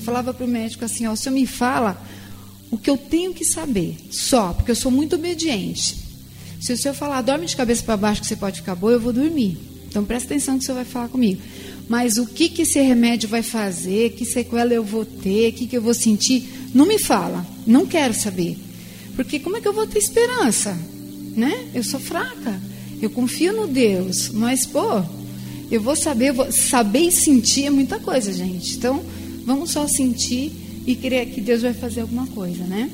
falava para o médico assim, ó, o senhor me fala o que eu tenho que saber, só, porque eu sou muito obediente. Se o senhor falar, dorme de cabeça para baixo que você pode ficar boa, eu vou dormir. Então, presta atenção que o senhor vai falar comigo. Mas o que esse remédio vai fazer, que sequela eu vou ter, o que eu vou sentir, não me fala, não quero saber. Porque como é que eu vou ter esperança? Né? Eu sou fraca, eu confio no Deus, mas, eu vou saber e sentir é muita coisa, gente. Então, vamos só sentir e crer que Deus vai fazer alguma coisa, né?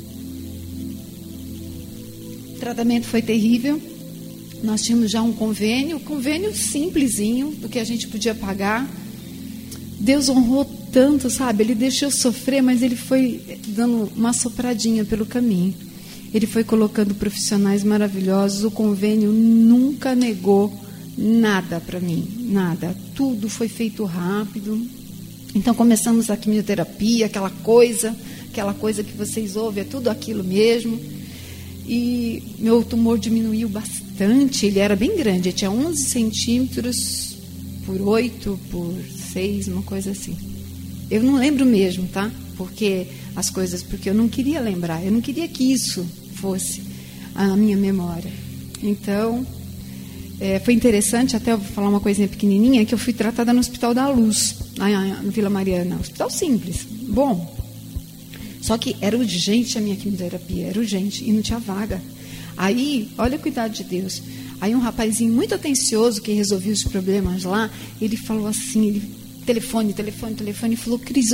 O tratamento foi terrível. Nós tínhamos já um convênio simplesinho, do que a gente podia pagar. Deus honrou tanto, sabe? Ele deixou sofrer, mas Ele foi dando uma sopradinha pelo caminho. Ele foi colocando profissionais maravilhosos. O convênio nunca negou nada para mim, nada. Tudo foi feito rápido. Então, começamos a quimioterapia, aquela coisa que vocês ouvem, é tudo aquilo mesmo. E meu tumor diminuiu bastante, ele era bem grande, ele tinha 11 centímetros por 8, por 6, uma coisa assim. Eu não lembro mesmo, tá? Porque eu não queria lembrar, eu não queria que isso fosse a minha memória. Então, foi interessante, até eu vou falar uma coisinha pequenininha, que eu fui tratada no Hospital da Luz, na Vila Mariana, hospital simples, bom. Só que era urgente a minha quimioterapia, era urgente, e não tinha vaga. Aí, olha o cuidado de Deus. Aí um rapazinho muito atencioso, que resolvia os problemas lá, ele falou assim, telefone, e falou, Cris,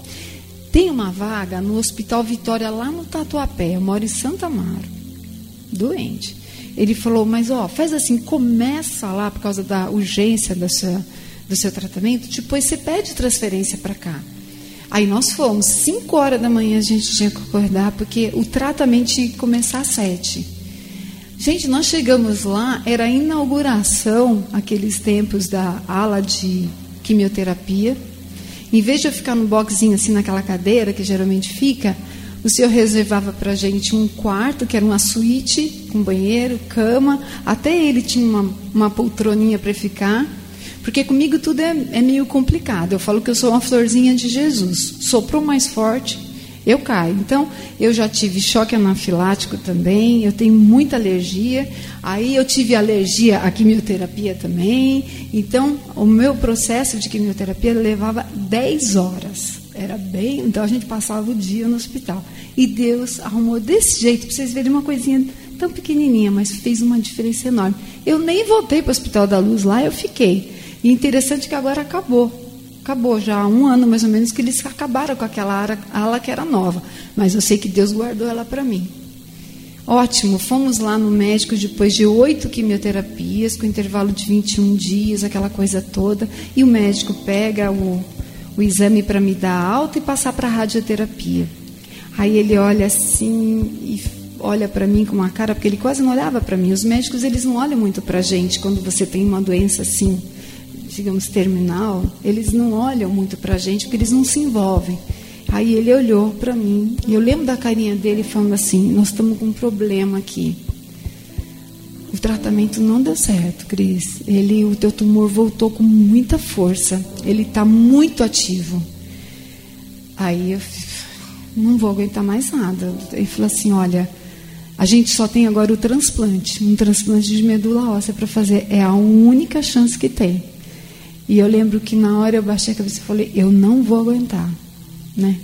tem uma vaga no Hospital Vitória, lá no Tatuapé, eu moro em Santa Amaro, doente. Ele falou, mas faz assim, começa lá por causa da urgência do seu tratamento, depois você pede transferência para cá. Aí nós fomos, 5 horas da manhã a gente tinha que acordar, porque o tratamento tinha que começar às 7. Gente, nós chegamos lá, era a inauguração, aqueles tempos da ala de quimioterapia. Em vez de eu ficar no boxinho assim, naquela cadeira, que geralmente fica, o senhor reservava para a gente um quarto, que era uma suíte, com banheiro, cama, até ele tinha uma poltroninha para ficar. Porque comigo tudo é meio complicado. Eu falo que eu sou uma florzinha de Jesus. Soprou mais forte, eu caio. Então, eu já tive choque anafilático também, eu tenho muita alergia. Aí eu tive alergia à quimioterapia também. Então, o meu processo de quimioterapia levava 10 horas. Então a gente passava o dia no hospital. E Deus arrumou desse jeito, para vocês verem uma coisinha tão pequenininha, mas fez uma diferença enorme. Eu nem voltei para o Hospital da Luz, lá eu fiquei. E interessante que agora acabou já há 1 ano mais ou menos que eles acabaram com aquela ala que era nova, mas eu sei que Deus guardou ela para mim. Ótimo, fomos lá no médico depois de 8 quimioterapias, com intervalo de 21 dias, aquela coisa toda, e o médico pega o exame para me dar alta e passar para a radioterapia. Aí ele olha assim e olha para mim com uma cara, porque ele quase não olhava para mim. Os médicos, eles não olham muito para a gente quando você tem uma doença assim, digamos, terminal, eles não olham muito para a gente, porque eles não se envolvem. Aí ele olhou para mim, e eu lembro da carinha dele falando assim, nós estamos com um problema aqui. O tratamento não deu certo, Cris. O teu tumor voltou com muita força, ele está muito ativo. Aí eu não vou aguentar mais nada. Ele falou assim, olha, a gente só tem agora o transplante, um transplante de medula óssea para fazer, é a única chance que tem. E eu lembro que na hora eu baixei a cabeça e falei, eu não vou aguentar, né?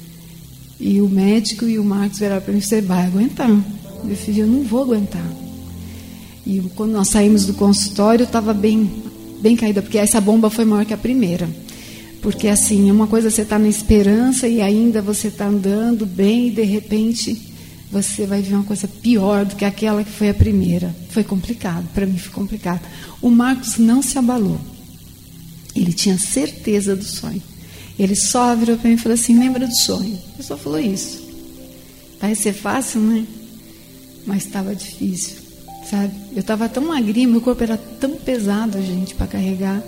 E o médico e o Marcos viraram para mim, você vai aguentar. Eu falei, eu não vou aguentar. E quando nós saímos do consultório, eu estava bem caída, porque essa bomba foi maior que a primeira. Porque assim, uma coisa você está na esperança e ainda você está andando bem e de repente você vai ver uma coisa pior do que aquela que foi a primeira. Foi complicado, para mim foi complicado. O Marcos não se abalou. Ele tinha certeza do sonho. Ele só virou para mim e falou assim, lembra do sonho? Ele só falou isso. Vai ser fácil, né? Mas estava difícil, sabe? Eu estava tão magrinha, meu corpo era tão pesado, gente, para carregar.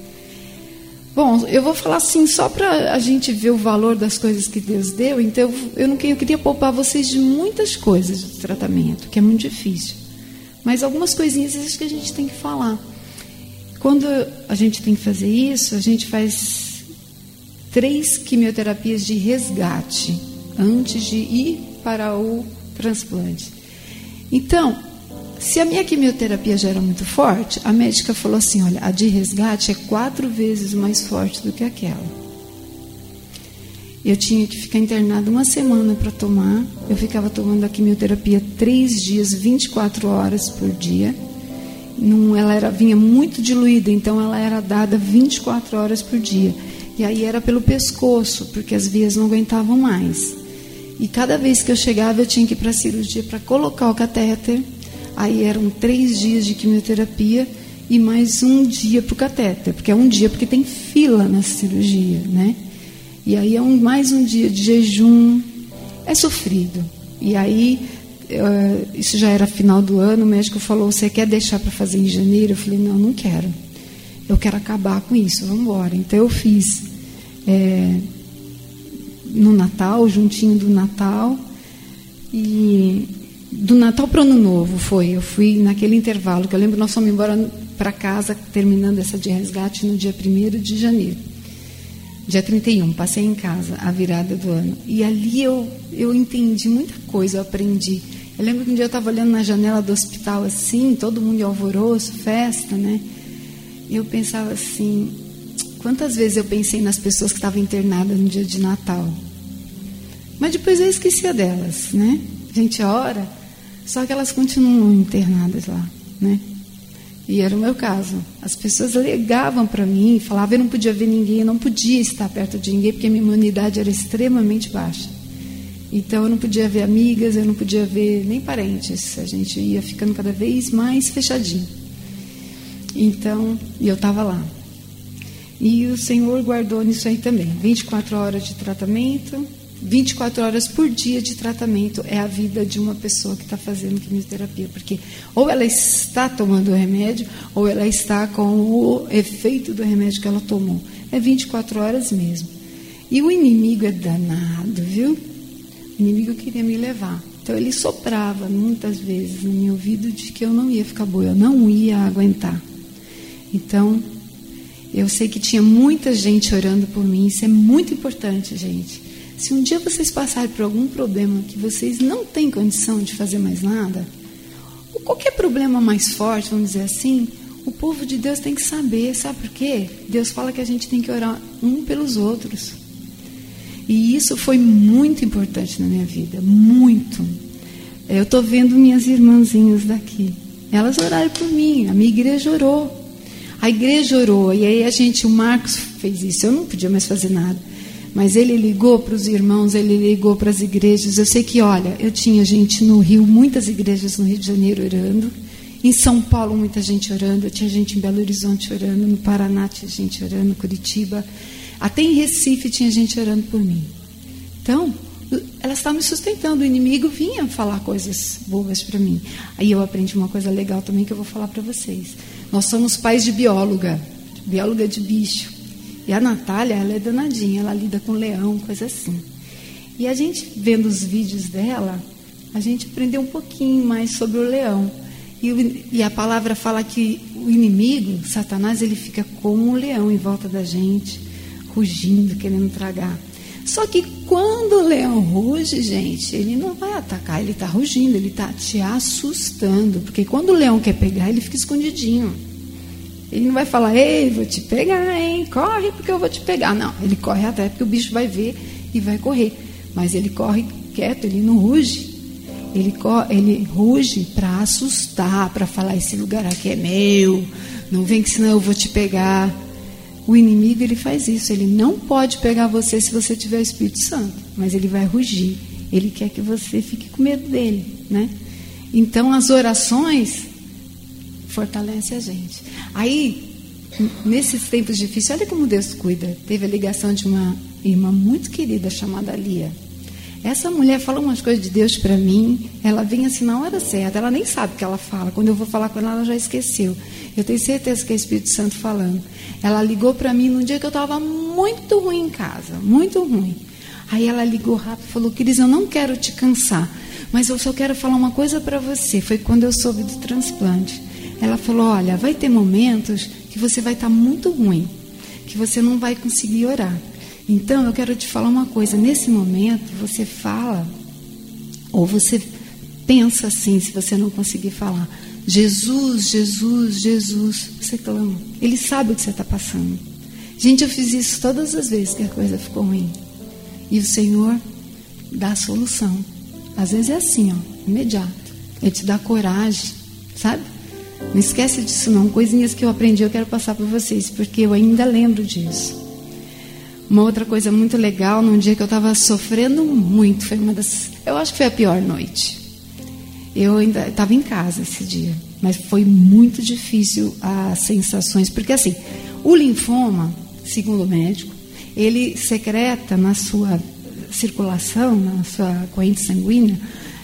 Bom, eu vou falar assim, só para a gente ver o valor das coisas que Deus deu. Então, eu queria poupar vocês de muitas coisas do tratamento, que é muito difícil. Mas algumas coisinhas acho que a gente tem que falar. Quando a gente tem que fazer isso, a gente faz 3 quimioterapias de resgate antes de ir para o transplante. Então, se a minha quimioterapia já era muito forte, a médica falou assim, olha, a de resgate é 4 vezes mais forte do que aquela. Eu tinha que ficar internada 1 semana para tomar. Eu ficava tomando a quimioterapia 3 dias, 24 horas por dia. Ela vinha muito diluída, então ela era dada 24 horas por dia. E aí era pelo pescoço, porque as veias não aguentavam mais. E cada vez que eu chegava, eu tinha que ir para a cirurgia para colocar o catéter. Aí eram 3 dias de quimioterapia e mais 1 dia para o catéter, porque é 1 dia porque tem fila na cirurgia, né? E aí é mais 1 dia de jejum, é sofrido. E aí, isso já era final do ano, o médico falou, você quer deixar para fazer em janeiro? Eu falei, não quero. Eu quero acabar com isso, vamos embora. Então eu fiz no Natal, juntinho do Natal, e do Natal para o Ano Novo foi. Eu fui naquele intervalo, que eu lembro, nós fomos embora para casa, terminando essa de resgate no dia 1º de janeiro. Dia 31, passei em casa, a virada do ano. E ali eu entendi muita coisa, eu aprendi. Eu lembro que um dia eu estava olhando na janela do hospital assim, todo mundo em alvoroço, festa, né? E eu pensava assim, quantas vezes eu pensei nas pessoas que estavam internadas no dia de Natal. Mas depois eu esquecia delas, né? A gente ora, só que elas continuam internadas lá, né? E era o meu caso. As pessoas ligavam para mim, falavam, eu não podia ver ninguém, eu não podia estar perto de ninguém, porque a minha imunidade era extremamente baixa. Então eu não podia ver amigas, eu não podia ver nem parentes. A gente ia ficando cada vez mais fechadinho. Então, eu estava lá. E o Senhor guardou nisso aí também. 24 horas de tratamento, 24 horas por dia de tratamento é a vida de uma pessoa que está fazendo quimioterapia, porque ou ela está tomando o remédio, ou ela está com o efeito do remédio que ela tomou. É 24 horas mesmo. E o inimigo é danado, viu? O inimigo queria me levar. Então ele soprava muitas vezes no meu ouvido de que eu não ia ficar boa, eu não ia aguentar. Então, eu sei que tinha muita gente orando por mim, isso é muito importante, gente. Se um dia vocês passarem por algum problema que vocês não têm condição de fazer mais nada, ou qualquer problema mais forte, vamos dizer assim, o povo de Deus tem que saber, sabe por quê? Deus fala que a gente tem que orar um pelos outros. E isso foi muito importante na minha vida, muito. Eu estou vendo minhas irmãzinhas daqui, elas oraram por mim, a minha igreja orou. A igreja orou, e aí o Marcos fez isso, eu não podia mais fazer nada. Mas ele ligou para os irmãos, ele ligou para as igrejas. Eu sei que, olha, eu tinha gente no Rio, muitas igrejas no Rio de Janeiro orando. Em São Paulo, muita gente orando. Eu tinha gente em Belo Horizonte orando. No Paraná tinha gente orando, Curitiba. Até em Recife tinha gente orando por mim. Então, elas estavam me sustentando. O inimigo vinha falar coisas boas para mim. Aí eu aprendi uma coisa legal também que eu vou falar para vocês. Nós somos pais de bióloga de bicho. E a Natália, ela é danadinha, ela lida com leão, coisa assim. E a gente, vendo os vídeos dela, a gente aprendeu um pouquinho mais sobre o leão. E a palavra fala que o inimigo, Satanás, ele fica como um leão em volta da gente, rugindo, querendo tragar. Só que quando o leão ruge, gente, ele não vai atacar, ele está rugindo, ele está te assustando. Porque quando o leão quer pegar, ele fica escondidinho. Ele não vai falar, ei, vou te pegar, hein? Corre porque eu vou te pegar. Não, ele corre atrás porque o bicho vai ver e vai correr. Mas ele corre quieto, ele não ruge. Ele ruge para assustar, para falar, esse lugar aqui é meu, não vem que senão eu vou te pegar. O inimigo, ele faz isso, ele não pode pegar você se você tiver o Espírito Santo, mas ele vai rugir. Ele quer que você fique com medo dele, né? Então, as orações fortalece a gente. Aí, nesses tempos difíceis, olha como Deus cuida. Teve a ligação de uma irmã muito querida chamada Lia. Essa mulher fala umas coisas de Deus para mim, ela vem assim na hora certa, ela nem sabe o que ela fala. Quando eu vou falar com ela, ela já esqueceu. Eu tenho certeza que é o Espírito Santo falando. Ela ligou para mim num dia que eu estava muito ruim em casa, muito ruim. Aí ela ligou rápido e falou, Cris, eu não quero te cansar, mas eu só quero falar uma coisa para você. Foi quando eu soube do transplante. Ela falou, olha, vai ter momentos que você vai estar muito ruim, que você não vai conseguir orar. Então, eu quero te falar uma coisa. Nesse momento, você fala, ou você pensa assim, se você não conseguir falar. Jesus, Jesus, Jesus. Você clama. Ele sabe o que você está passando. Gente, eu fiz isso todas as vezes que a coisa ficou ruim. E o Senhor dá a solução. Às vezes é assim, imediato. Ele te dá coragem, sabe? Não esquece disso não. Coisinhas que eu aprendi, eu quero passar para vocês, porque eu ainda lembro disso. Uma outra coisa muito legal, num dia que eu estava sofrendo muito, foi eu acho que foi a pior noite. Eu ainda estava em casa esse dia, mas foi muito difícil as sensações, porque assim, o linfoma, segundo o médico, ele secreta na sua circulação, na sua corrente sanguínea,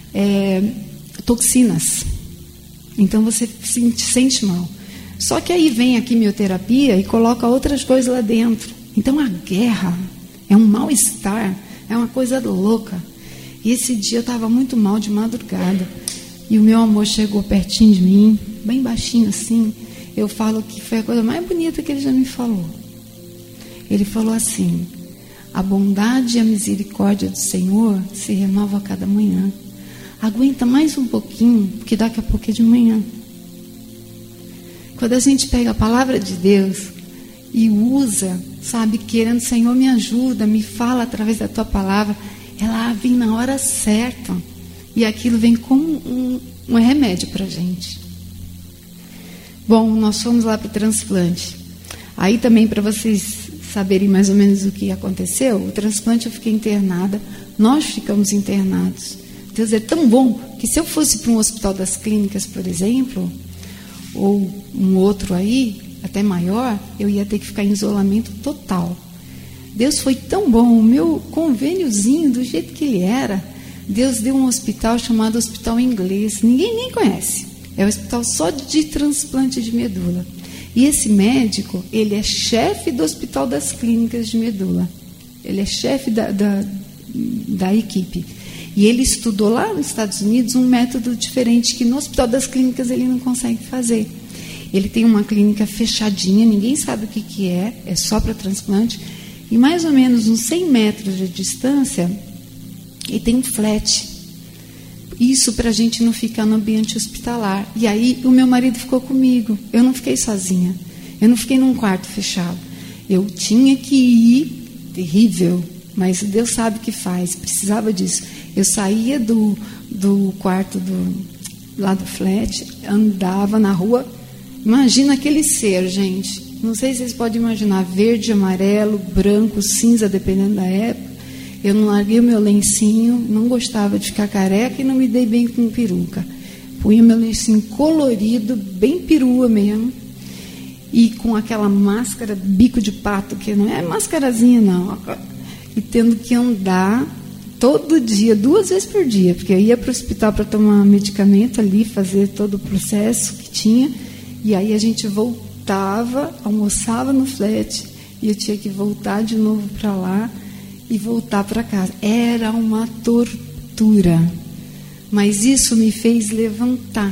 toxinas. Então você se sente mal. Só que aí vem a quimioterapia e coloca outras coisas lá dentro. Então a guerra é um mal-estar, é uma coisa louca. E esse dia eu estava muito mal de madrugada. E o meu amor chegou pertinho de mim, bem baixinho assim. Eu falo que foi a coisa mais bonita que ele já me falou. Ele falou assim: a bondade e a misericórdia do Senhor se renova a cada manhã. Aguenta mais um pouquinho, porque daqui a pouco é de manhã. Quando a gente pega a palavra de Deus e usa, sabe, querendo, Senhor, me ajuda, me fala através da tua palavra, ela vem na hora certa. E aquilo vem como um remédio para a gente. Bom, nós fomos lá para o transplante. Aí também, para vocês saberem mais ou menos o que aconteceu, o transplante eu fiquei internada, nós ficamos internados. Deus é tão bom que se eu fosse para um hospital das clínicas, por exemplo, ou um outro aí, até maior, eu ia ter que ficar em isolamento total. Deus foi tão bom, o meu convêniozinho, do jeito que ele era, Deus deu um hospital chamado Hospital Inglês, ninguém nem conhece, é um hospital só de transplante de medula. E esse médico, ele é chefe do Hospital das Clínicas de Medula, ele é chefe da equipe. E ele estudou lá nos Estados Unidos um método diferente que no Hospital das Clínicas ele não consegue fazer. Ele tem uma clínica fechadinha, ninguém sabe o que é só para transplante. E mais ou menos uns 100 metros de distância, ele tem um flat. Isso para a gente não ficar no ambiente hospitalar. E aí o meu marido ficou comigo. Eu não fiquei sozinha. Eu não fiquei num quarto fechado. Eu tinha que ir, terrível, mas Deus sabe o que faz. Precisava disso. Eu saía do quarto lá do flat, andava na rua. Imagina aquele ser, gente. Não sei se vocês podem imaginar, verde, amarelo, branco, cinza, dependendo da época. Eu não larguei o meu lencinho, não gostava de ficar careca e não me dei bem com peruca. Punha meu lencinho colorido, bem perua mesmo, e com aquela máscara bico de pato, que não é mascarazinha não, e tendo que andar todo dia, 2 vezes por dia, porque eu ia para o hospital para tomar medicamento ali, fazer todo o processo que tinha, e aí a gente voltava, almoçava no flat, e eu tinha que voltar de novo para lá, e voltar para casa. Era uma tortura. Mas isso me fez levantar.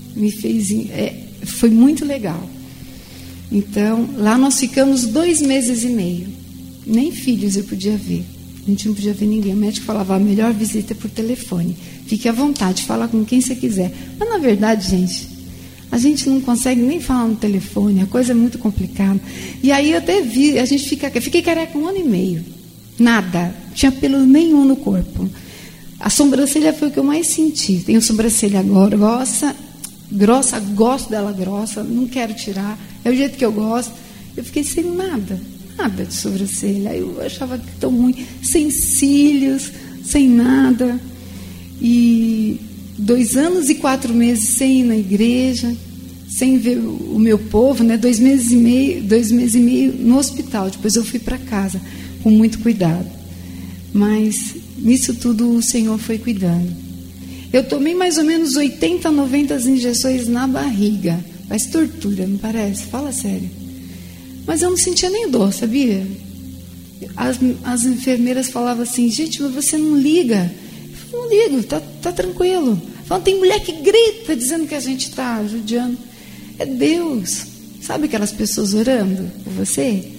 Foi muito legal. Então, lá nós ficamos 2 meses e meio. Nem filhos eu podia ver. A gente não podia ver ninguém. O médico falava, a melhor visita é por telefone. Fique à vontade, fala com quem você quiser. Mas, na verdade, gente, a gente não consegue nem falar no telefone. A coisa é muito complicada. E aí eu até vi, fiquei careca 1 ano e meio. Nada, não tinha pelo nenhum no corpo. A sobrancelha foi o que eu mais senti. Tenho sobrancelha grossa, gosto dela grossa, não quero tirar, é o jeito que eu gosto. Eu fiquei sem nada de sobrancelha. Eu achava que tão ruim, sem cílios, sem nada. E 2 anos e 4 meses sem ir na igreja, sem ver o meu povo, né? 2 meses e meio no hospital. Depois eu fui para casa com muito cuidado. Mas nisso tudo o Senhor foi cuidando. Eu tomei mais ou menos 80, 90 injeções na barriga. Faz tortura, não parece? Fala sério. Mas eu não sentia nem dor, sabia? As enfermeiras falavam assim, gente, mas você não liga? Eu falei, não ligo, tá tranquilo. Falam, tem mulher que grita dizendo que a gente está judiando. É Deus. Sabe aquelas pessoas orando por você?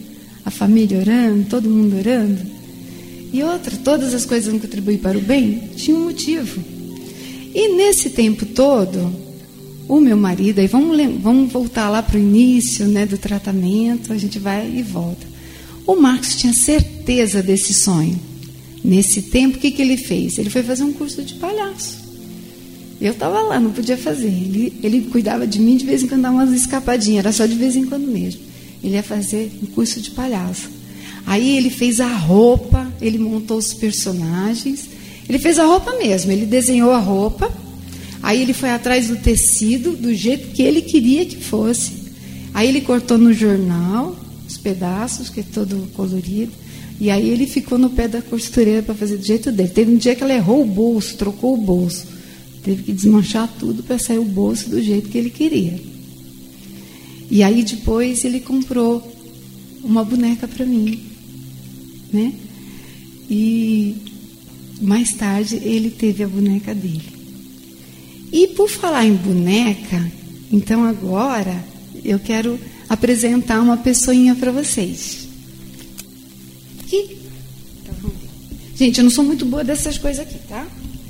a família orando, todo mundo orando. E outra, todas as coisas vão contribuir para o bem, tinha um motivo. E nesse tempo todo, o meu marido, aí vamos voltar lá para o início, né, do tratamento, a gente vai e volta. O Marcos tinha certeza desse sonho. Nesse tempo, o que ele fez? Ele foi fazer um curso de palhaço. Eu estava lá, não podia fazer. Ele cuidava de mim, de vez em quando dava umas escapadinhas, era só de vez em quando mesmo. Ele ia fazer um curso de palhaço. Aí ele fez a roupa, ele montou os personagens. Ele fez a roupa mesmo, ele desenhou a roupa. Aí ele foi atrás do tecido, do jeito que ele queria que fosse. Aí ele cortou no jornal os pedaços, que é todo colorido. E aí ele ficou no pé da costureira para fazer do jeito dele. Teve um dia que ela errou o bolso, trocou o bolso. Teve que desmanchar tudo para sair o bolso do jeito que ele queria. E aí depois ele comprou uma boneca para mim, né? E mais tarde ele teve a boneca dele. E por falar em boneca, então agora eu quero apresentar uma pessoinha para vocês. Aqui. Gente, eu não sou muito boa dessas coisas aqui, tá?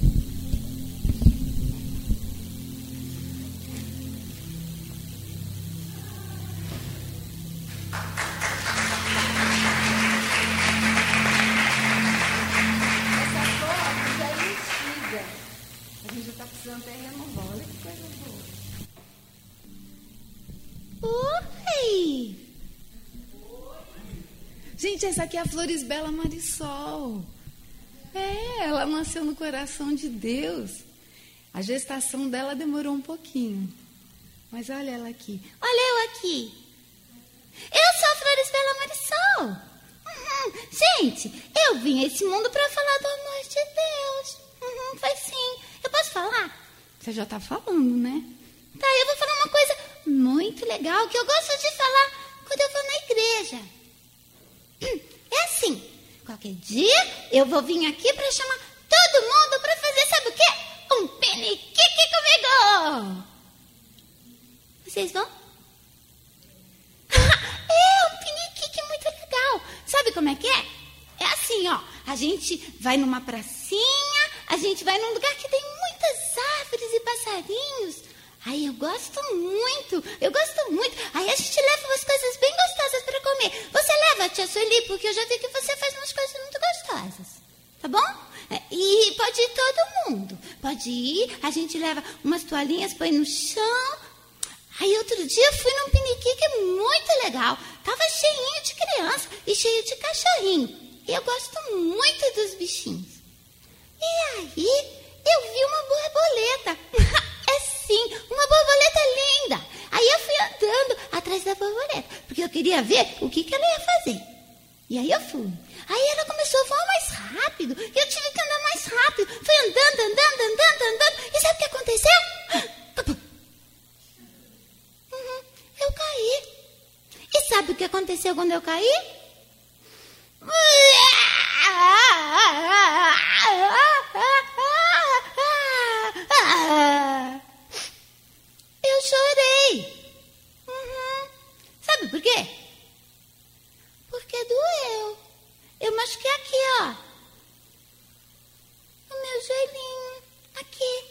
Gente, essa aqui é a Florisbela Marisol. Ela nasceu no coração de Deus. A gestação dela demorou um pouquinho. Mas olha ela aqui. Olha eu aqui. Eu sou a Florisbela Marisol. Gente, eu vim a esse mundo para falar do amor de Deus. Foi sim. Eu posso falar? Você já está falando, né? Tá, eu vou falar uma coisa muito legal que eu gosto de falar quando eu vou na igreja. É assim, qualquer dia eu vou vir aqui para chamar todo mundo para fazer, sabe o quê? Um piniquique comigo! Vocês vão? É um piniquique muito legal. Sabe como é que é? É assim, ó, a gente vai numa pracinha, a gente vai num lugar que tem muitas árvores e passarinhos. Aí eu gosto muito. Aí a gente leva umas coisas bem gostosas para comer. Você leva, tia Sueli, porque eu já vi que você faz umas coisas muito gostosas. Tá bom? E pode ir todo mundo. Pode ir, a gente leva umas toalhinhas, põe no chão. Aí outro dia eu fui num piniquique muito legal. Tava cheinho de criança e cheio de cachorrinho. E eu gosto muito dos bichinhos. E aí eu vi uma borboleta. Sim, uma borboleta linda. Aí eu fui andando atrás da borboleta, porque eu queria ver o que ela ia fazer. E aí eu fui. Aí ela começou a voar mais rápido, e eu tive que andar mais rápido. Fui andando. E sabe o que aconteceu? Eu caí. E sabe o que aconteceu quando eu caí? Eu chorei. Sabe por quê? Porque doeu. Eu machuquei aqui, ó. O meu joelhinho. Aqui.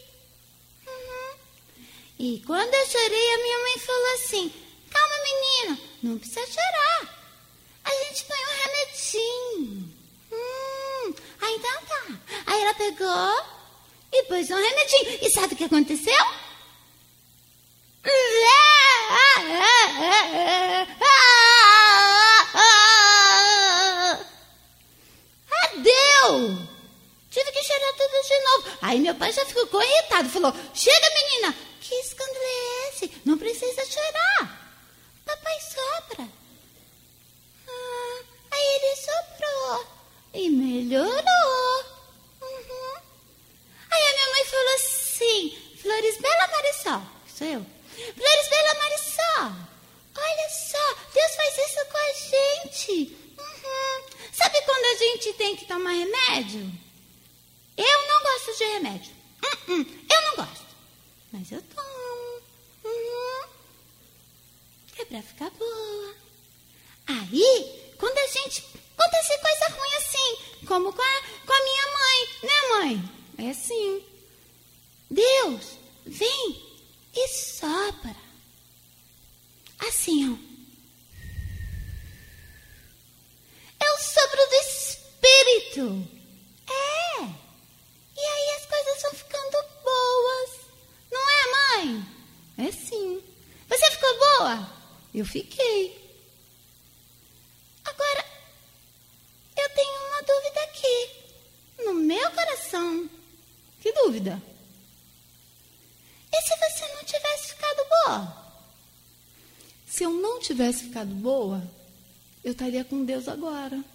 E quando eu chorei, a minha mãe falou assim: calma, menina, não precisa chorar. A gente põe um remedinho. Aí então tá. Aí ela pegou e pôs um remedinho. E sabe o que aconteceu? Deu! Tive que chorar tudo de novo. Aí meu pai já ficou irritado. Falou: chega, menina, que escândalo é esse? Não precisa chorar. Papai sopra. Aí ele soprou e melhorou. Aí a minha mãe falou assim: Florisbela Marisol, sou eu. Florisbela Marisol, olha só, Deus faz isso com a gente. Sabe quando a gente tem que tomar remédio? Eu não gosto de remédio. Eu não gosto. Mas eu tomo. É pra ficar boa. Aí, quando gente acontece coisa ruim assim, como com a minha mãe, né, mãe? É assim. Deus vem e sopra. Assim, ó. É o sopro do Espírito. É. E aí as coisas vão ficando boas. Não é, mãe? É sim. Você ficou boa? Eu fiquei. Agora, eu tenho uma dúvida aqui. No meu coração. Que dúvida? E se você não tivesse ficado boa? Se eu não tivesse ficado boa, eu estaria com Deus agora.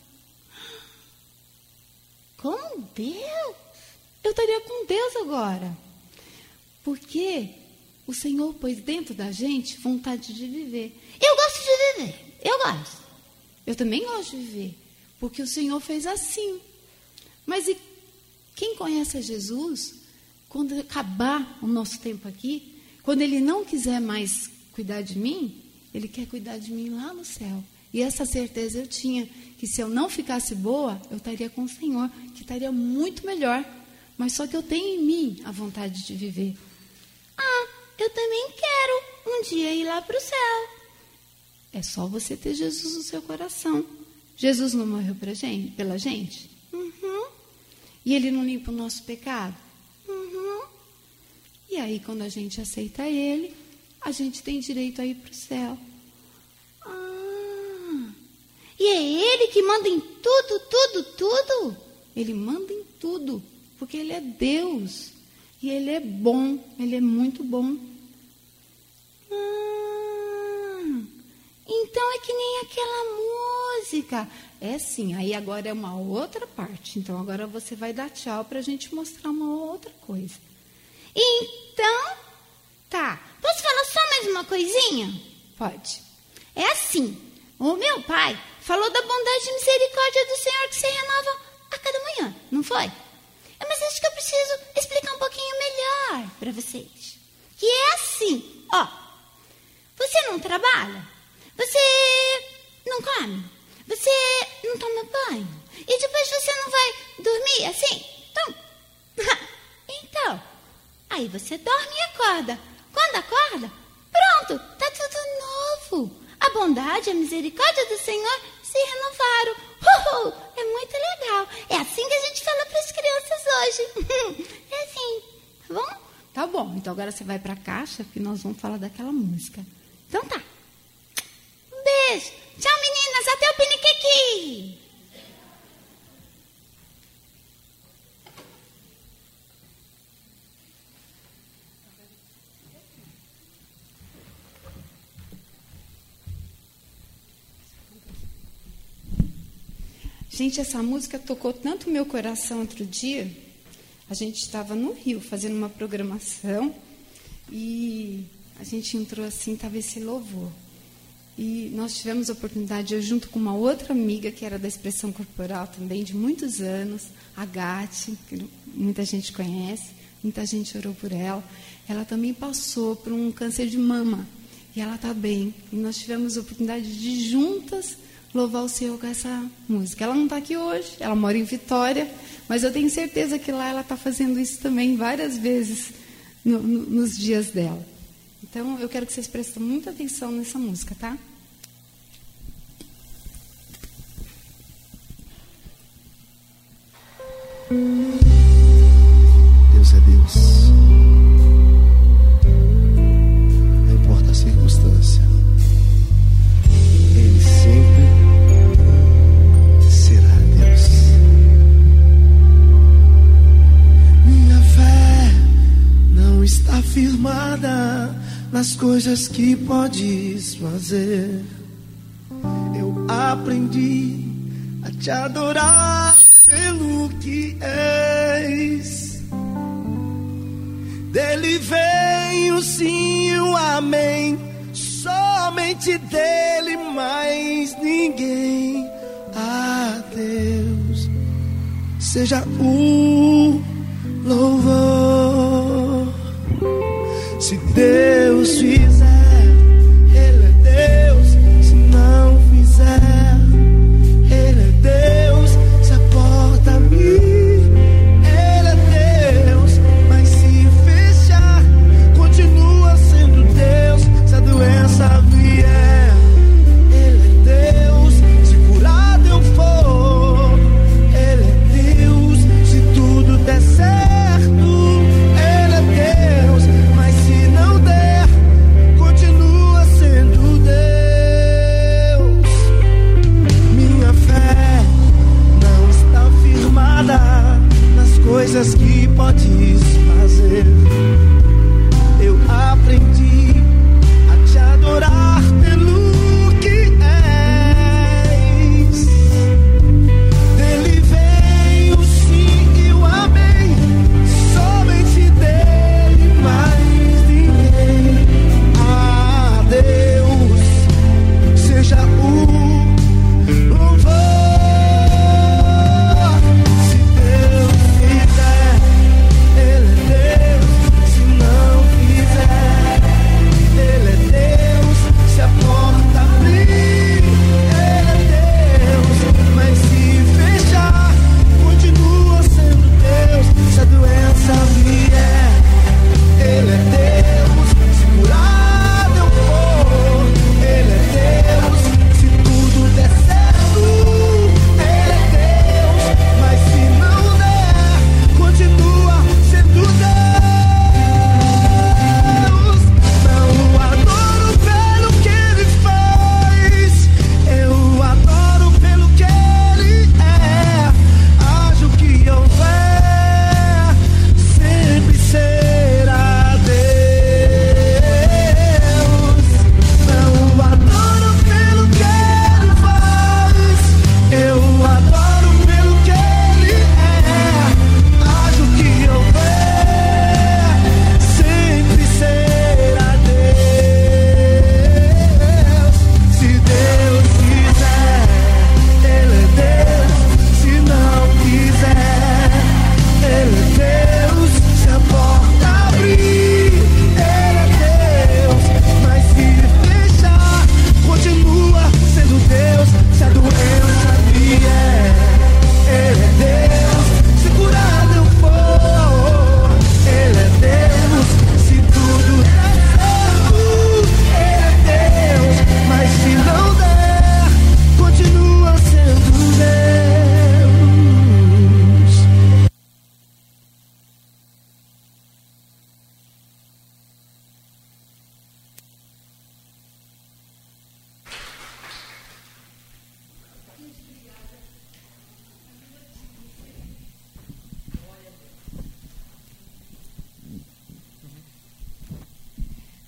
Com Deus? Eu estaria com Deus agora. Porque o Senhor pôs dentro da gente vontade de viver. Eu gosto de viver. Eu gosto. Eu também gosto de viver. Porque o Senhor fez assim. Mas e quem conhece a Jesus, quando acabar o nosso tempo aqui, quando Ele não quiser mais cuidar de mim, Ele quer cuidar de mim lá no céu. E essa certeza eu tinha, que se eu não ficasse boa, eu estaria com o Senhor, que estaria muito melhor. Mas só que eu tenho em mim a vontade de viver. Eu também quero um dia ir lá para o céu. É só você ter Jesus no seu coração. Jesus não morreu pela gente? Uhum. E Ele não limpa o nosso pecado? Uhum. E aí, quando a gente aceita Ele, a gente tem direito a ir para o céu. E é Ele que manda em tudo, tudo, tudo? Ele manda em tudo, porque Ele é Deus. E Ele é bom, Ele é muito bom. Então é que nem aquela música. É sim, aí agora é uma outra parte. Então agora você vai dar tchau para a gente mostrar uma outra coisa. Então, tá. Posso falar só mais uma coisinha? Pode. É assim, o meu pai falou da bondade e misericórdia do Senhor que se renova a cada manhã, não foi? Mas acho que eu preciso explicar um pouquinho melhor para vocês. Que é assim, ó. Você não trabalha? Você não come? Você não toma banho? E depois você não vai dormir assim? Então, aí você dorme e acorda. Quando acorda, pronto, tá tudo novo. A bondade e a misericórdia do Senhor se renovaram. É muito legal. É assim que a gente fala para as crianças hoje. É assim, tá bom? Tá bom, então agora você vai para a caixa, que nós vamos falar daquela música. Então tá. Um beijo. Tchau, meninas. Até o piniquequi. Gente, essa música tocou tanto o meu coração outro dia. A gente estava no Rio fazendo uma programação e a gente entrou assim, estava esse louvor. E nós tivemos a oportunidade, eu junto com uma outra amiga que era da expressão corporal também, de muitos anos, a Gatti, que muita gente conhece, muita gente orou por ela. Ela também passou por um câncer de mama e ela está bem. E nós tivemos a oportunidade de juntas louvar o Senhor com essa música. Ela não está aqui hoje, ela mora em Vitória, mas eu tenho certeza que lá ela está fazendo isso também várias vezes nos dias dela. Então, eu quero que vocês prestem muita atenção nessa música, tá? Deus é Deus. Não importa a circunstância, Ele sempre será Deus. Minha fé não está firmada nas coisas que podes fazer. Eu aprendi a te adorar pelo que és. Dele vem o sim e o amém, somente dele, mais ninguém. A Deus seja o louvor. Se Deus fizer, Ele é Deus. Se não fizer,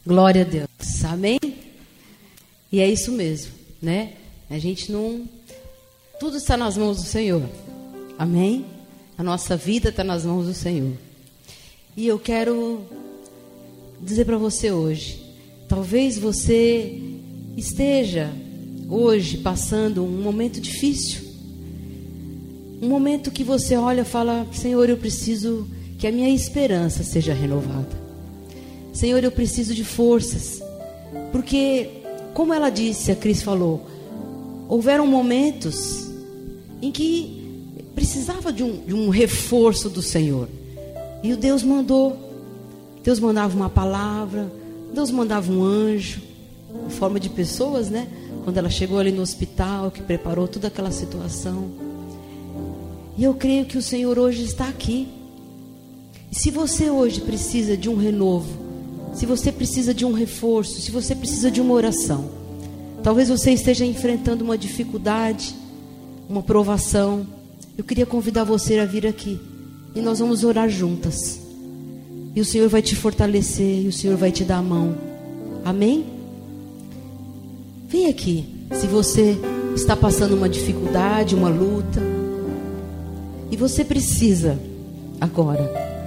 Glória a Deus. Amém? E é isso mesmo, né? A gente não... Tudo está nas mãos do Senhor. Amém? A nossa vida está nas mãos do Senhor. E eu quero dizer para você hoje, talvez você esteja hoje passando um momento difícil. Um momento que você olha e fala: Senhor, eu preciso que a minha esperança seja renovada. Senhor, eu preciso de forças. Porque, como ela disse, a Cris falou, houveram momentos em que precisava de um reforço do Senhor. E o Deus mandou. Deus mandava uma palavra, Deus mandava um anjo, em forma de pessoas, né? Quando ela chegou ali no hospital, que preparou toda aquela situação. E eu creio que o Senhor hoje está aqui. E se você hoje precisa de um renovo, se você precisa de um reforço, se você precisa de uma oração, talvez você esteja enfrentando uma dificuldade, uma provação, eu queria convidar você a vir aqui. E nós vamos orar juntas. E o Senhor vai te fortalecer, e o Senhor vai te dar a mão. Amém? Vem aqui. Se você está passando uma dificuldade, uma luta, e você precisa agora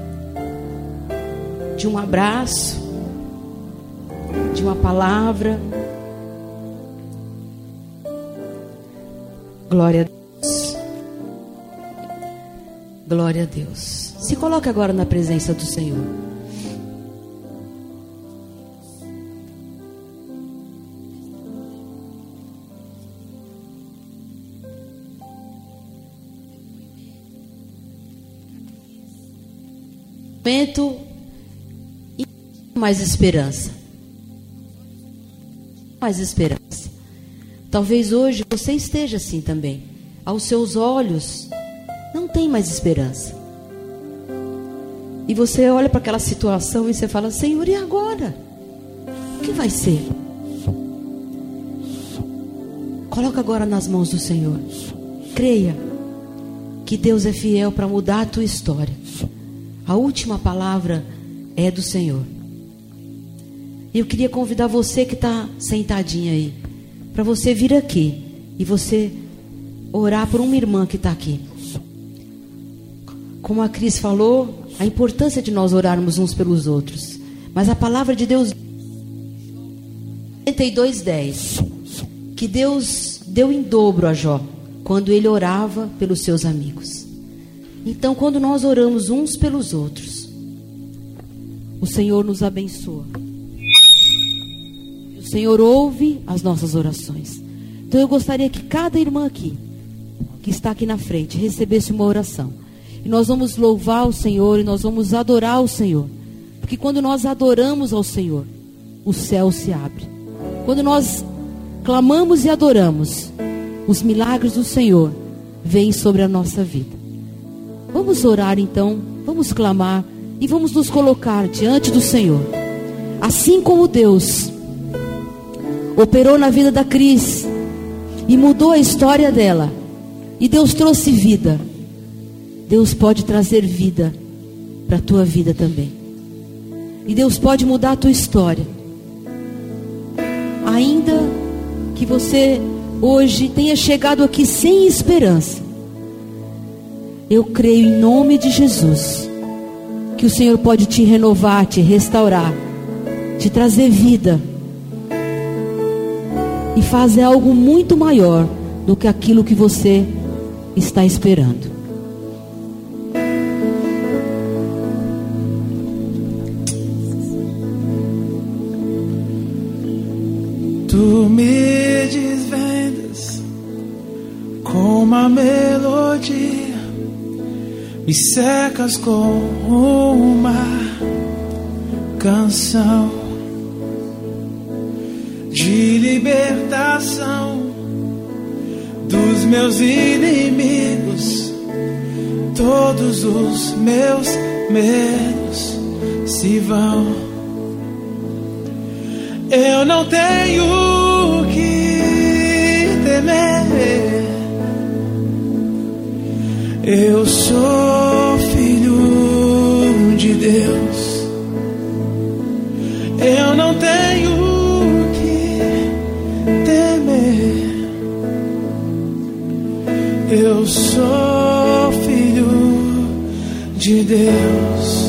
de um abraço, de uma palavra. Glória a Deus. Glória a Deus. Se coloque agora na presença do Senhor. Momento e mais esperança. Mais esperança. Talvez hoje você esteja assim também. Aos seus olhos não tem mais esperança. E você olha para aquela situação e você fala: Senhor, e agora? O que vai ser? Coloca agora nas mãos do Senhor. Creia que Deus é fiel para mudar a tua história. A última palavra é do Senhor. E eu queria convidar você que está sentadinha aí, para você vir aqui e você orar por uma irmã que está aqui. Como a Cris falou, a importância de nós orarmos uns pelos outros. Mas a palavra de Deus, 42:10, que Deus deu em dobro a Jó quando ele orava pelos seus amigos. Então, quando nós oramos uns pelos outros, o Senhor nos abençoa. O Senhor ouve as nossas orações. Então, eu gostaria que cada irmã aqui, que está aqui na frente, recebesse uma oração. E nós vamos louvar o Senhor e nós vamos adorar o Senhor. Porque quando nós adoramos ao Senhor, o céu se abre. Quando nós clamamos e adoramos, os milagres do Senhor vêm sobre a nossa vida. Vamos orar então, vamos clamar e vamos nos colocar diante do Senhor. Assim como Deus operou na vida da Cris e mudou a história dela, e Deus trouxe vida, Deus pode trazer vida para a tua vida também. E Deus pode mudar a tua história. Ainda que você hoje tenha chegado aqui sem esperança, eu creio em nome de Jesus que o Senhor pode te renovar, te restaurar, te trazer vida e fazer algo muito maior do que aquilo que você está esperando. Tu me desvendas com uma melodia, me secas com uma canção de libertação dos meus inimigos. Todos os meus medos se vão. Eu não tenho que temer. Eu sou filho de Deus. Eu não tenho de Deus.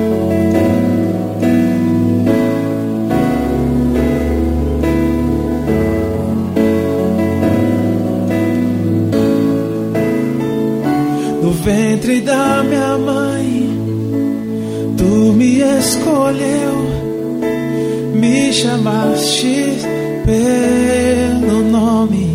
No ventre da minha mãe, tu me escolheu, me chamaste pelo nome.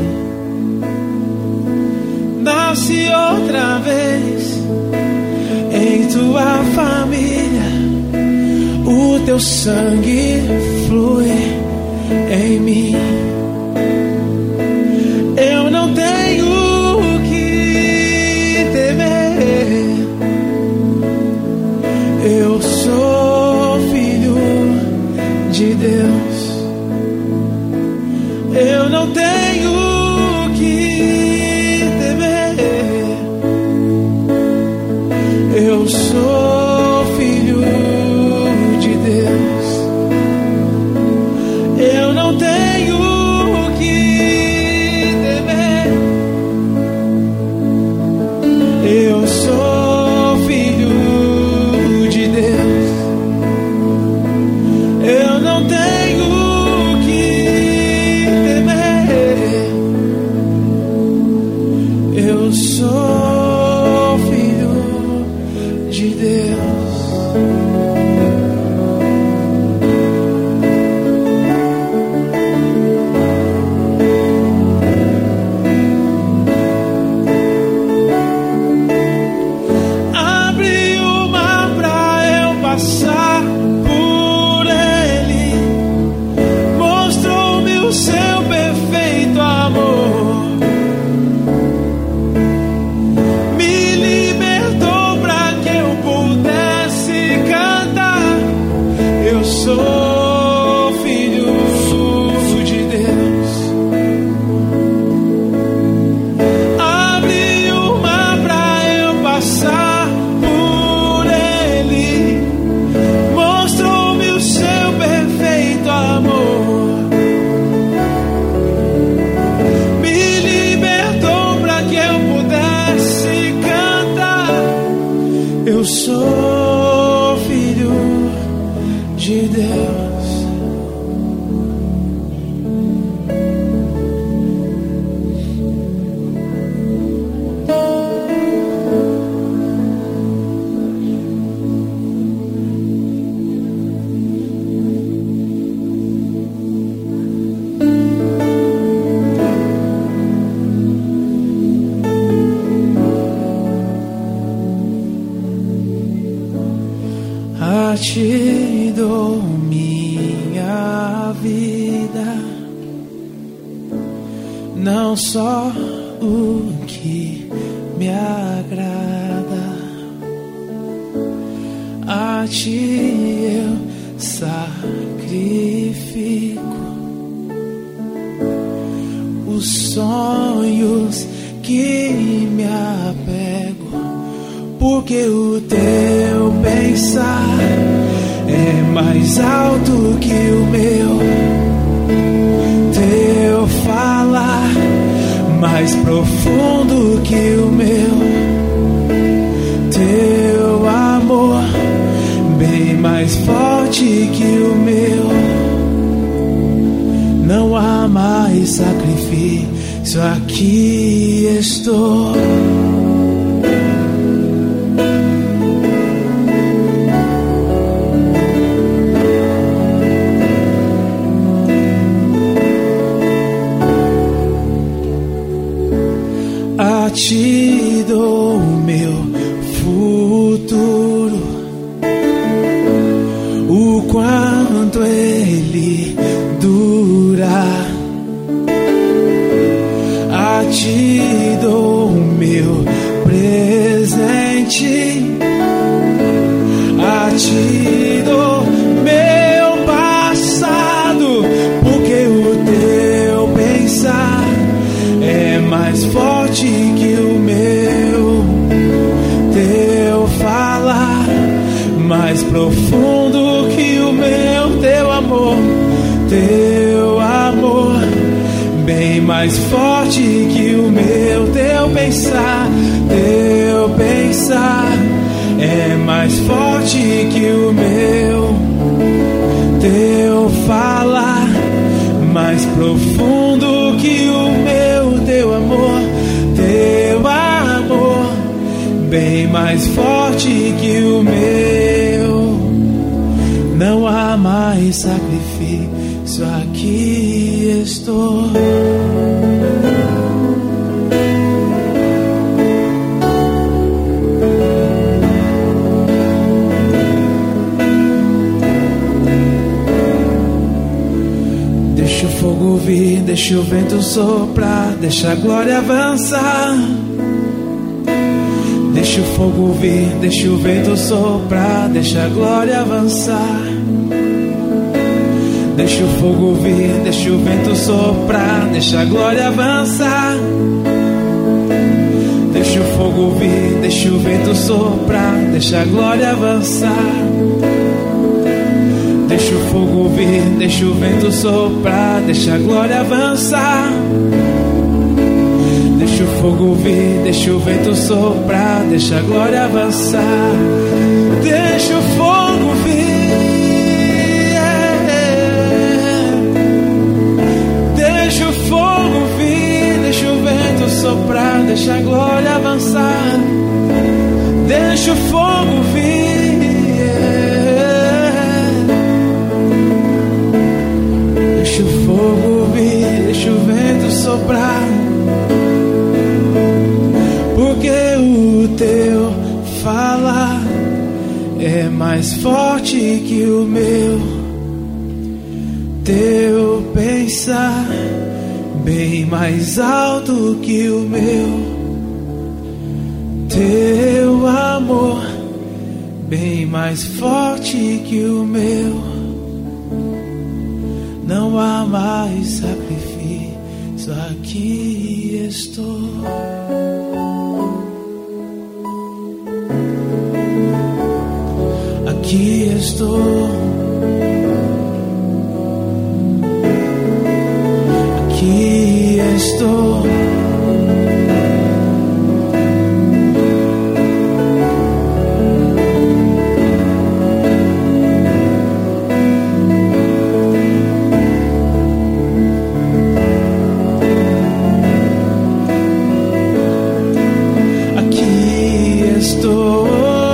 Nasci outra vez em tua família, o teu sangue flui em mim. Eu não tenho o que temer, eu sou filho de Deus. Eu não tenho o que temer, eu sou filho de Deus. Eu não tenho o que temer, eu sou filho de Deus. Eu não tenho o que temer, eu sou filho de Deus. Abre o mar pra eu passar por ele, mostrou-me o seu perfeito amor, me libertou pra que eu pudesse cantar. Eu sou filho de Deus. Abre o mar pra eu passar por ele, mostrou-me o seu perfeito amor, me libertou pra que eu pudesse cantar. Eu sou filho de Deus. A ti dou minha vida, não só o que me agrada. A ti eu sacrifico os sonhos que me apego, porque o teu pensar é mais alto que o meu, teu falar mais profundo que o meu, teu amor bem mais forte que o meu. Não há mais sacrifício, aqui estou. A ti dou o meu futuro, o quanto ele durar. A ti dou o meu presente, a ti dou meu passado, porque o teu pensar é mais forte que o meu, teu falar mais profundo que o meu, teu amor bem mais forte que o meu, teu pensar é mais forte que o meu. Teu falar mais profundo que o meu. Teu amor bem mais forte que o meu. Não há mais sacrifício, aqui estou. Deixa o fogo vir, deixa o vento soprar, deixa a glória avançar. Deixa o fogo vir, deixa o vento soprar, deixa a glória avançar. Deixa o fogo vir, deixa o vento soprar, deixa a glória avançar. Deixa o fogo vir, deixa o vento soprar, deixa a glória avançar. Deixa o fogo vir, deixa o vento soprar, deixa a glória avançar. Deixa o fogo vir, deixa o vento soprar, deixa a glória avançar. Deixa o fogo vir, deixa o fogo vir, deixa o vento soprar, deixa a glória avançar. Deixa o fogo vir, deixa o fogo vir, deixa o vento soprar. Porque o teu falar é mais forte que o meu. Teu pensar bem mais alto que o meu. Teu amor bem mais forte que o meu. Não há mais sacrifício, aqui estou. Aqui estou, aqui estou. Aqui estou.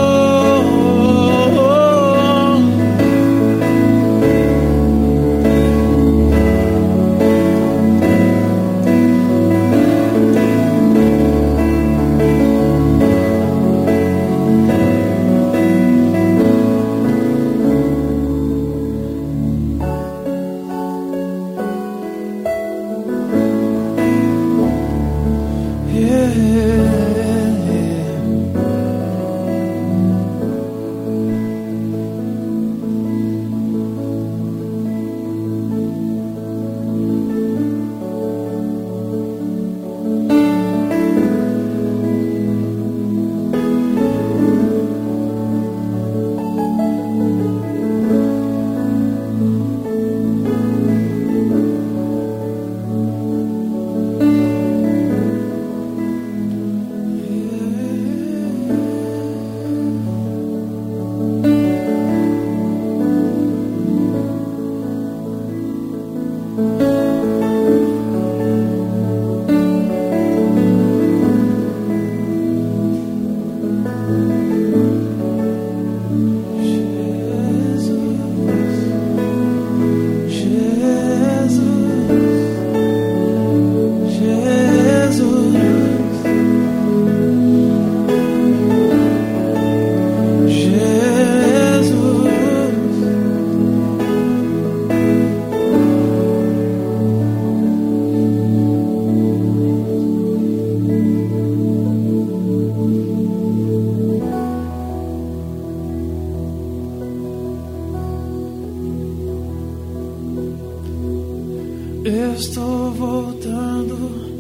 Eu estou voltando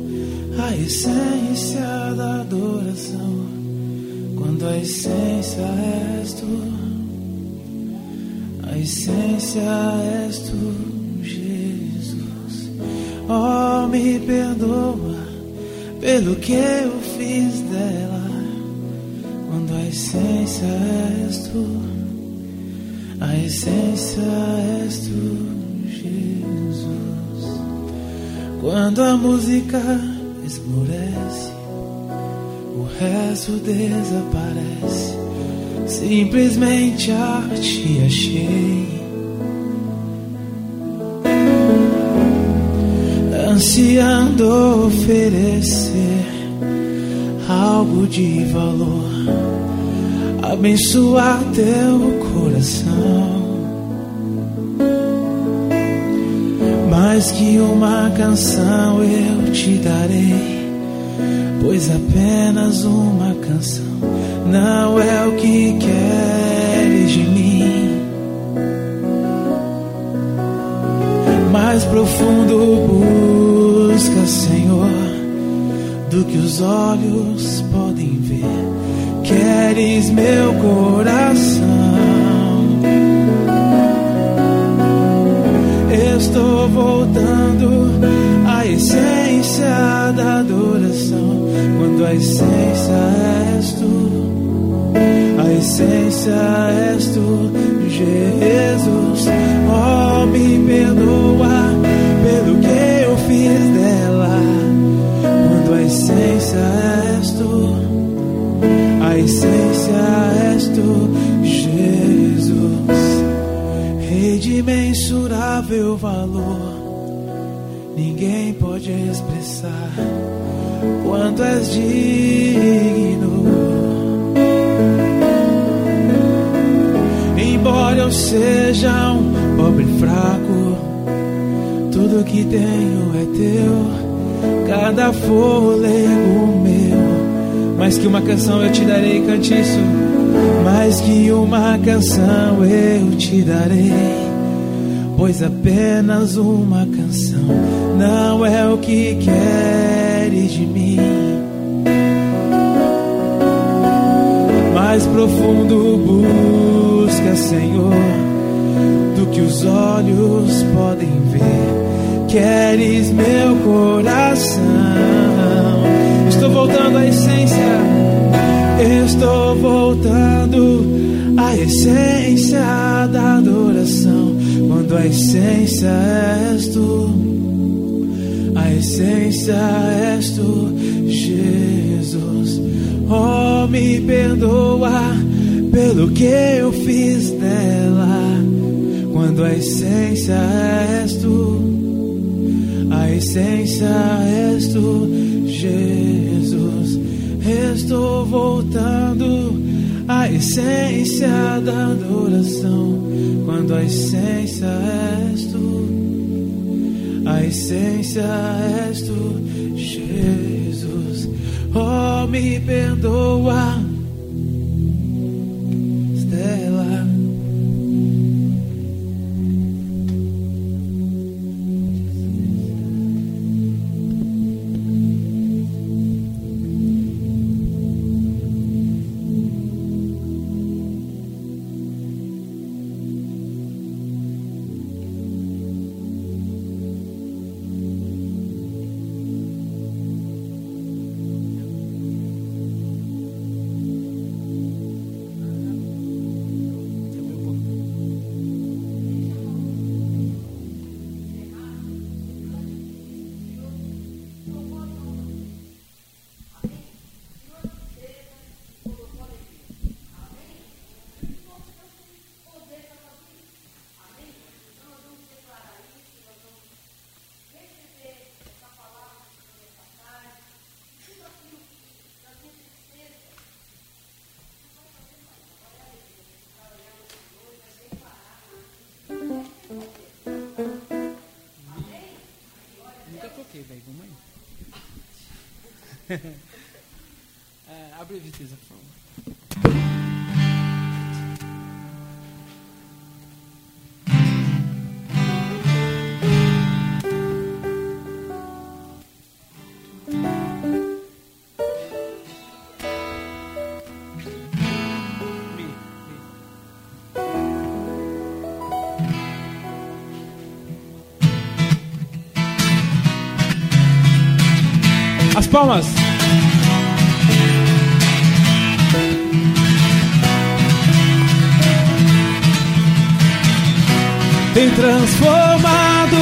à essência da adoração, quando a essência és tu, a essência és tu, Jesus. Oh, me perdoa pelo que eu fiz dela, quando a essência és tu, a essência és tu, Jesus. Quando a música esmorece, o resto desaparece, simplesmente a ti achei. Ansiando oferecer algo de valor, abençoar teu coração. Mais que uma canção eu te darei, pois apenas uma canção não é o que queres de mim. Mais profundo busca, Senhor, do que os olhos podem ver. Queres meu coração. Estou voltando à essência da adoração, quando a essência és tu, a essência és tu, Jesus. Oh, me perdoa pelo que eu fiz dela, quando a essência és tu, a essência és tu, Jesus. Rei de imensurável valor, ninguém pode expressar quanto és digno. Embora eu seja um pobre e fraco, tudo que tenho é teu, cada fôlego meu. Mais que uma canção eu te darei, cante isso. Mais que uma canção eu te darei, pois apenas uma canção não é o que queres de mim. Mais profundo busca, Senhor, do que os olhos podem ver. Queres meu coração. Estou voltando à essência. Estou voltando à essência da adoração, quando a essência és tu, a essência és tu, Jesus. Oh, me perdoa pelo que eu fiz dela, quando a essência és tu, a essência és tu, Jesus. Estou voltando à essência da adoração, quando a essência és tu, a essência és tu, Jesus. Oh, me perdoa, Estela. Abre a viteza, por favor. As palmas. tem transformado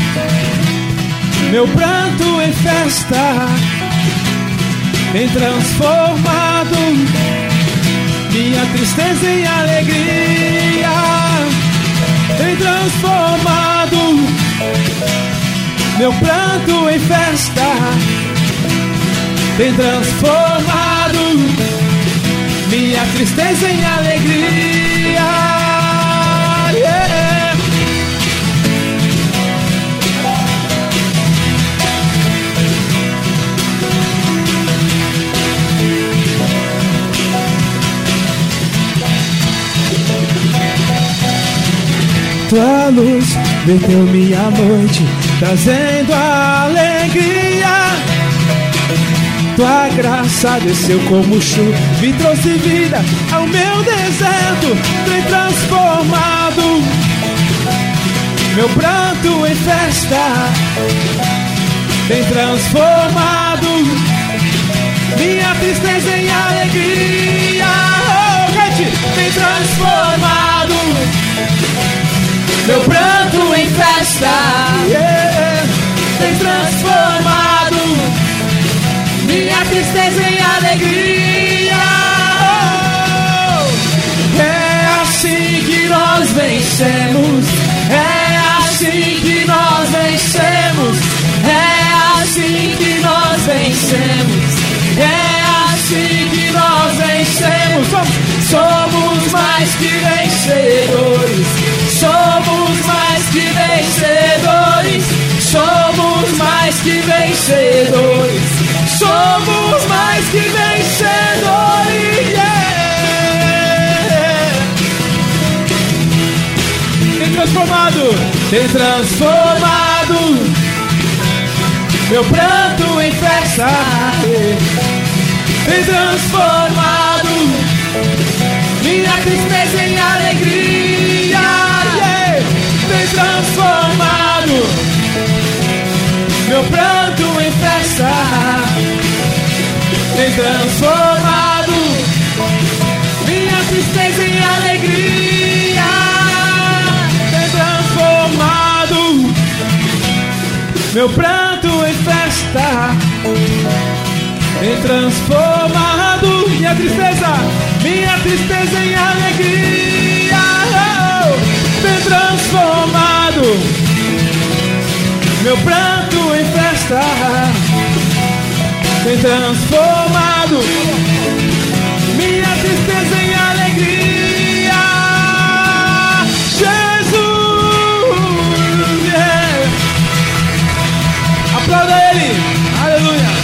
meu pranto em festa, tem transformado minha tristeza em alegria, tem transformado meu pranto em festa, tem transformado minha tristeza em alegria. Yeah. Tua luz verteu minha noite, trazendo alegria. Tua graça desceu como chuva e trouxe vida ao meu deserto. Tem transformado meu pranto em festa, tem transformado minha tristeza em alegria. Oh, gente, tem transformado meu pranto em festa, yeah. Tem transformado minha tristeza em alegria. Oh, é assim que nós vencemos, é assim que nós vencemos, é assim que nós vencemos, é assim que nós vencemos. Somos mais que vencedores, somos mais que vencedores, somos mais que vencedores, somos mais que vencedores. Yeah. Tem transformado meu pranto em festa, tem transformado minha tristeza em alegria, yeah. Tem transformado meu pranto em festa, tem transformado minha tristeza em alegria, tem transformado meu pranto em festa, tem transformado minha tristeza em alegria. Oh, tem transformado meu pranto em festa, tem transformado minha tristeza em alegria. Jesus, yeah. Aplauda Ele, aleluia.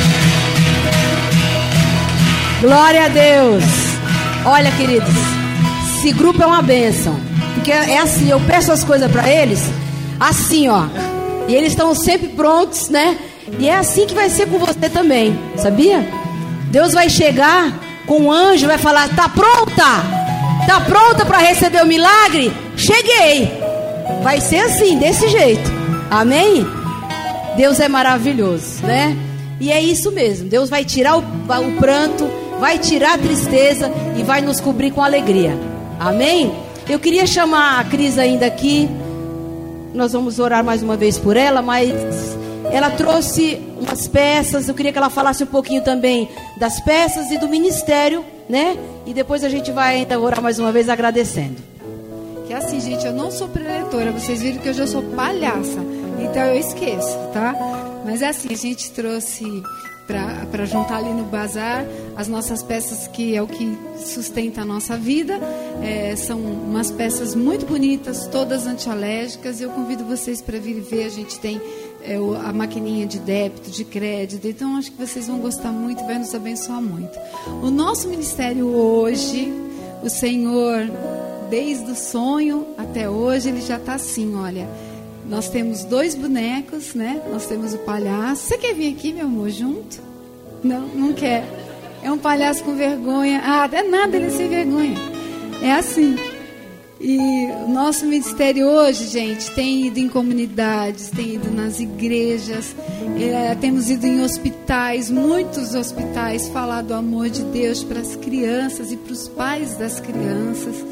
Glória a Deus. Olha, queridos, esse grupo é uma bênção, porque é assim, eu peço as coisas para eles assim, ó, e eles estão sempre prontos, né? E é assim que vai ser com você também, sabia? Deus vai chegar com um anjo, vai falar: tá pronta? Tá pronta para receber o milagre? Cheguei. Vai ser assim, desse jeito. Amém? Deus é maravilhoso, né? E é isso mesmo. Deus vai tirar o pranto, vai tirar a tristeza e vai nos cobrir com alegria. Amém? Eu queria chamar a Cris ainda aqui. Nós vamos orar mais uma vez por ela, mas ela trouxe umas peças. Eu queria que ela falasse um pouquinho também das peças e do ministério, né? E depois a gente vai ainda orar mais uma vez agradecendo. Que assim, gente, eu não sou preletora. Vocês viram que eu já sou palhaça, então eu esqueço, tá? Mas é assim, a gente trouxe para juntar ali no bazar as nossas peças, que é o que sustenta a nossa vida. São umas peças muito bonitas, todas antialérgicas. Eu convido vocês para vir ver. A gente tem a maquininha de débito, de crédito. Então acho que vocês vão gostar muito, vai nos abençoar muito. O nosso ministério hoje, o Senhor, desde o sonho até hoje, Ele já está assim, olha. Nós temos 2 bonecos, né? Nós temos o palhaço. Você quer vir aqui, meu amor, junto? Não, não quer. É um palhaço com vergonha. Ah, é nada, ele é sem vergonha. É assim. E o nosso ministério hoje, gente, tem ido em comunidades, tem ido nas igrejas, temos ido em hospitais, muitos hospitais, falar do amor de Deus para as crianças e para os pais das crianças.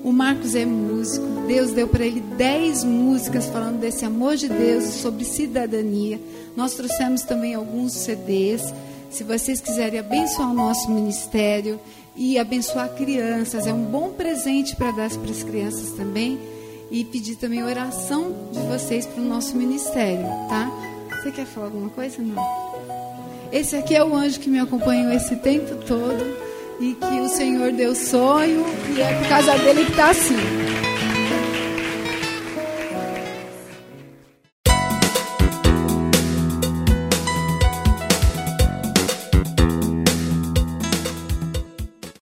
O Marcos é músico. Deus deu para ele 10 músicas falando desse amor de Deus, sobre cidadania. Nós trouxemos também alguns CDs. Se vocês quiserem abençoar o nosso ministério e abençoar crianças, é um bom presente para dar para as crianças também. E pedir também a oração de vocês para o nosso ministério, tá? Você quer falar alguma coisa? Não. Esse aqui é o anjo que me acompanhou esse tempo todo e que o Senhor deu sonho e é por causa dele que está assim.